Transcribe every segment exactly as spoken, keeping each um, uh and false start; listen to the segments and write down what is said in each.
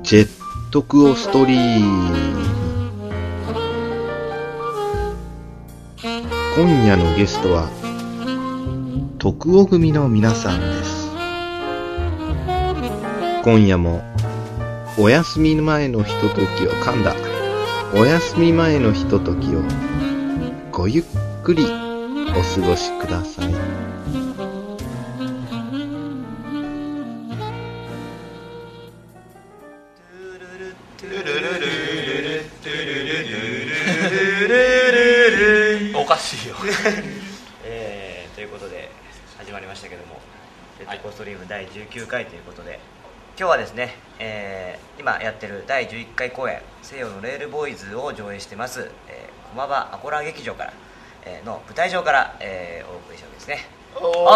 ジェットクオストリーム。今夜のゲストは徳尾組の皆さんです。今夜もお休み前のひとときを噛んだお休み前のひとときをごゆっくりお過ごしください。 おかしいよ、 えー、ということで始まりましたけども、ジェットコーストリームだいじゅうきゅうかいということで、今日はですね、えー、今やってるだいじゅういっかい公演西洋のレールボーイズを上映してます、えー、駒場アコラ劇場から、えー、の舞台上から、えー、お送りしたわけですね。おー、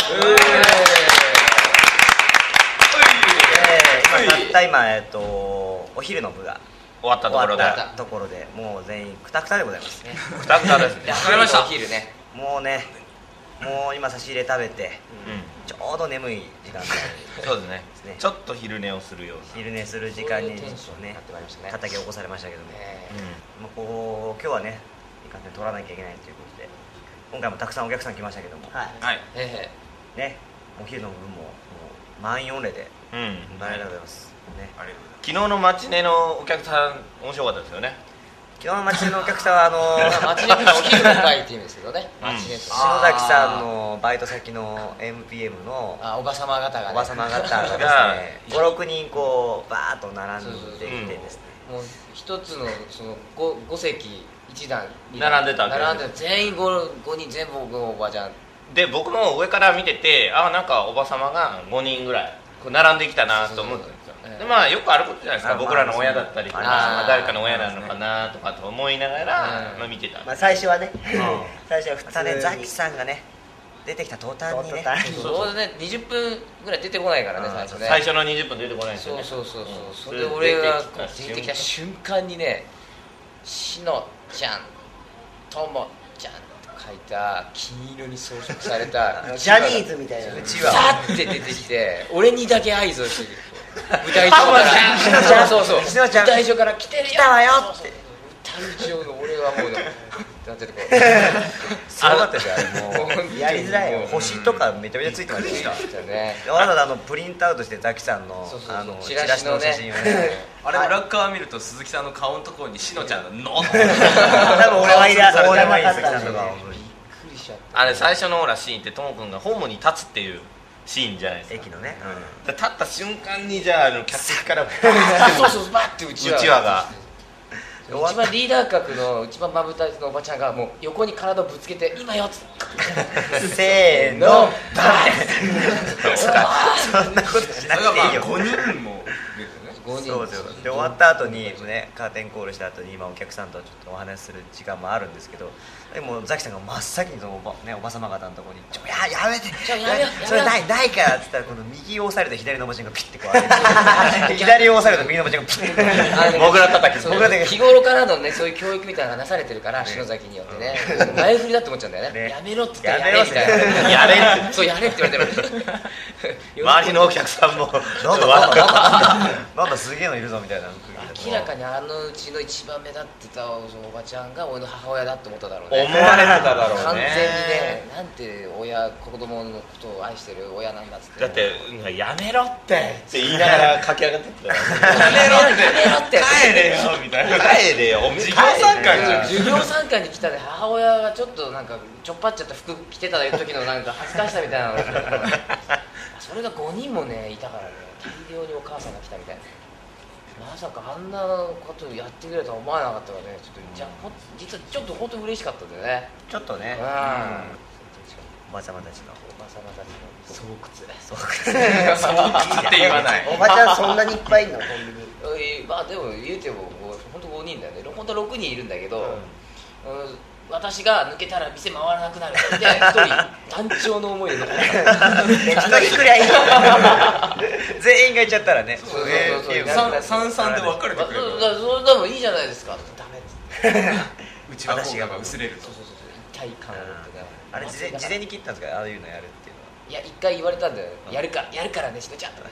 えー、今たった今、えー、とお昼の部が終わったところで終わったところでもう全員クタクタでございますね。 クタクタですね。 わかりました。お昼ね、もうね、もう今差し入れ食べて、うん、ちょうど眠い時間帯そうですね。ちょっと昼寝をするような昼寝する時間にちょっとね叩き起こされましたけども、うん、こう今日はねいかんせん取らなきゃいけないということで、今回もたくさんお客さん来ましたけども、はい、はい、えー、ね、お昼の分ももう満員御礼で、うん、ありがとうございます、ね、ありがとうございます。 昨日のマチネのお客さん面白かったですよね。 昨日のマチネのお客さんはあのマチネのお昼の会って意味ですけどね、うん、マチネと篠崎さんのバイト先の エムピーエム のあおばさま方が、ね、 おばさま方がですねご、ろくにんこうバーッと並んできてですね、 もう一つのその 5, 5席一段並んでたわけです。 並んで全員 5, 5人全部僕のおばちゃんで、僕も上から見てて、あなんかおばさまがごにんぐらいこう並んできたなと思ったんですよ。でまあよくあることじゃないですか、僕らの親だったりとか、まあ、誰かの親なのかなとかと思いながら、まあ、見てた、 まあ、最初はね、うん、最初は普通にザキさんがね出てきた途端にねそうねにじゅっぷんぐらい出てこないからね、最初ね最初のにじゅっぷん出てこないんですよね。 そうそうそうそう、うん、それで俺が出てきた瞬間にねしのちゃんともちゃん書いた金色に装飾されたジャニーズみたいなうちわザッて出てきて俺にだけ合図をしてくる舞台上からそうそうそう舞台上から来てるよ来たわよって舞台上の俺はもうなんていうのすごかったじゃん、もうやりづらいよ。星とかめちゃめちゃついてましたね。わざわざあのプリントアウトしてザキさんのあのチラシの写真をね、 あれ裏側見ると鈴木さんの顔のところにしのちゃんのノッ多分俺はいら俺はいら鈴木さんとかあれ最初のほらシーンってともくんがホームに立つっていうシーンじゃないですか。 駅のね、 うん、立った瞬間にじゃあ、あの客席からそうそうバッてうちわが一番リーダー格の一番まぶたのおばちゃんがもう横に体をぶつけて今よっつってせーのバッそんなことしなくていいよ。 ごにんもそうですよ。で終わった後にね、カーテンコールした後に今お客さんとちょっとお話しする時間もあるんですけど、でもザキさんが真っ先にそのおば、ね、おば様方のところにちょややめてちょやめやそれないないからっつったら、この右を押されて左のおばちゃんがピッてこう上げて左を押されると右のおばちゃんがピッてモグラ叩きモグラ叩き日頃からのねそういう教育みたいなのがなされてるから篠崎によってね前振りだって思っちゃうんだよね。やめろって言ったらやれみたいなやれってそうやれって言われてる周りのお客さんもなんだなんだなんだすげえのいるぞみたいな。 明らかにあのうちの一番目立ってたおばちゃんが俺の母親だって思っただろうね。 思われてただろうね。 完全にね、なんて親子供のことを愛してる親なんだっつって。 だってやめろってって言いながら駆け上がってったやめろってやめろって帰れよみたいな帰れよ授業参観授業参観に来たで母親がちょっとなんかちょっぱっちゃった服着てた時のなんか恥ずかしさみたいなのそれがごにんもねいたからね、大量にお母さんが来たみたいな。まさかあんなことやってくれるとは思わなかったからね、ちょっとじゃあ実はちょっと本当に嬉しかったんだよね。 ちょっとね、うん、おばさまたちのおばさまたちの巣窟巣窟巣窟って言わないおばちゃんそんなにいっぱいいるのコンビニ。 まあでも言うても本当ごにんだよね。本当はろくにんいるんだけど、うんうん、私が抜けたら店回らなくなるってひとり団長の思いで残ったひとりくらいいい全員がいっちゃったらね、 そうそうそう三三で分かれてくれるからそれでもいいじゃないですか。ダメっうちは効果が薄れると。 そうそうそう一体感を持ってね。 あれ事前に切ったんですか、ああいうのやるっていうのは。 いや一回言われたんだよ、やるかやるからねしのちゃんと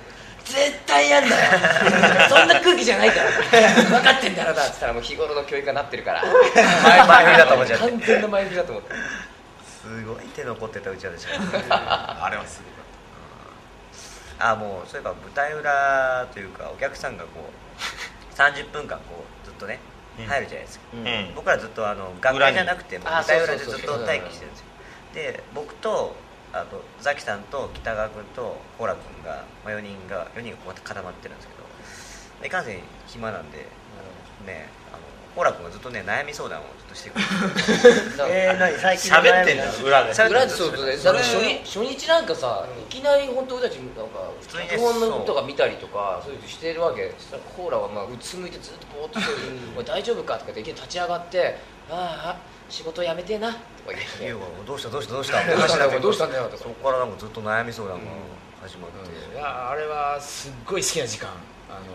絶対やんなよそんな空気じゃないから分かってんだろうなって言ったらもう日頃の教育がなってるから前前振りだと思っちゃって完全な前振りだと思ってすごい手残ってたうちわでしたねあれはすごかっあもうそういえば舞台裏というかお客さんがこうさんじゅっぷんかんこうずっとね入るじゃないですか、 うん、 僕らずっとあの楽屋じゃなくても舞台裏でずっと待機してるんですよ。で僕とあとザキさんと北川君とホラ君が、まあ、よにんがよにんがこう固まってるんですけどいかんせん暇なんでねあのホラ君がずっとね悩み相談をずっとしてくるえー、何最近喋ってんだ裏で裏でそうそうねだって初日初日なんかさいきなり本当俺たちなんか脚本のことが見たりとかそういうのしてるわけそしたらコーラはまあうつむいてずっとぼーっとしてる「おい大丈夫か?」とかっていきなり立ち上がって「ああ仕事辞めてえな」とか言っていやどうしたどうしたどうしたどうしたんだよどうしたんだよとかそこからなんかずっと悩み相談が始まって、 いやあれはすっごい好きな時間あの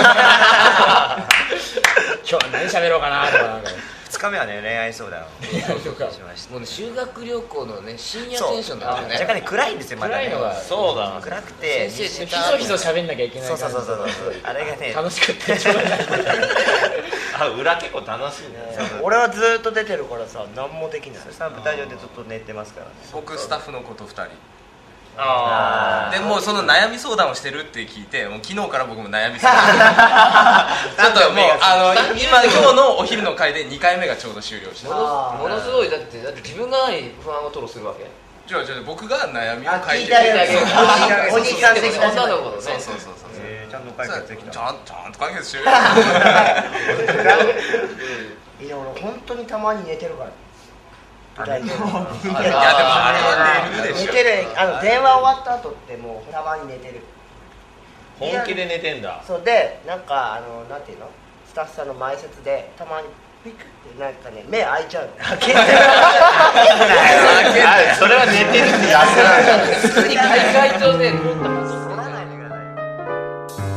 今日は何喋ろうかなとかなんかふつかめはね恋愛相談をしましたもうね修学旅行のね深夜テンションだよね若干ね暗いんですよまたね暗いのがそうだ暗くて先生ひそひそ喋んなきゃいけないそうからそうそうそうあれがね楽しくてしょうがないあ裏結構楽しいね俺はずっと出てるからさ何もできないそしたら舞台上でずっと寝てますからねた僕スタッフの子とふたりあでもうその悩み相談をしてるって聞いてもう昨日から僕も悩み相談ちょっともうあの今今日のお昼の会でにかいめがちょうど終了したものものすごいだってだって自分が何不安を吐露するわけじゃあじゃあ僕が悩みを書いて聞いてあげるおお兄さん的な女の子のねそうそうそうそうえーちゃんと解決できたちゃんちゃんと解決してるいや俺本当にたまに寝てるから舞台上いやでもあれは寝るでしょ寝てるあの電話終わった後ってもうたまに寝てる本気で寝てんだそうでなんかあのなんていうのスタッフさんの前説でたまにピクってなんかね目開いちゃうの開けてあそれは寝てるってやつ普通に海外とね取らないでください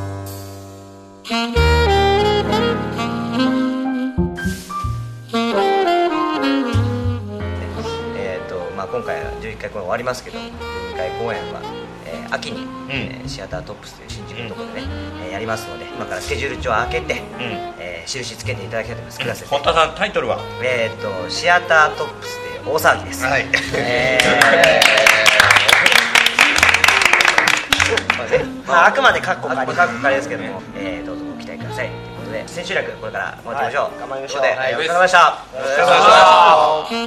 えーとまあ今回はじゅういっかい公演終わりますけどじゅうにかい公演は、えー秋に、えーシアタートップスという新宿のところでね、えーやりますので今からスケジュール帳を開けて、えー印つけていただきたいと思います。ください。 堀田さんタイトルはえーとシアタートップスで大騒ぎです。 はいえーまあねまあ、あくまでカッコ仮カッコ仮ですけども、えーどうぞご期待くださいということで千秋楽これから頑張っていきましょう、 頑張りましょうということで、 はいお疲れ様でした。 お疲れ様でした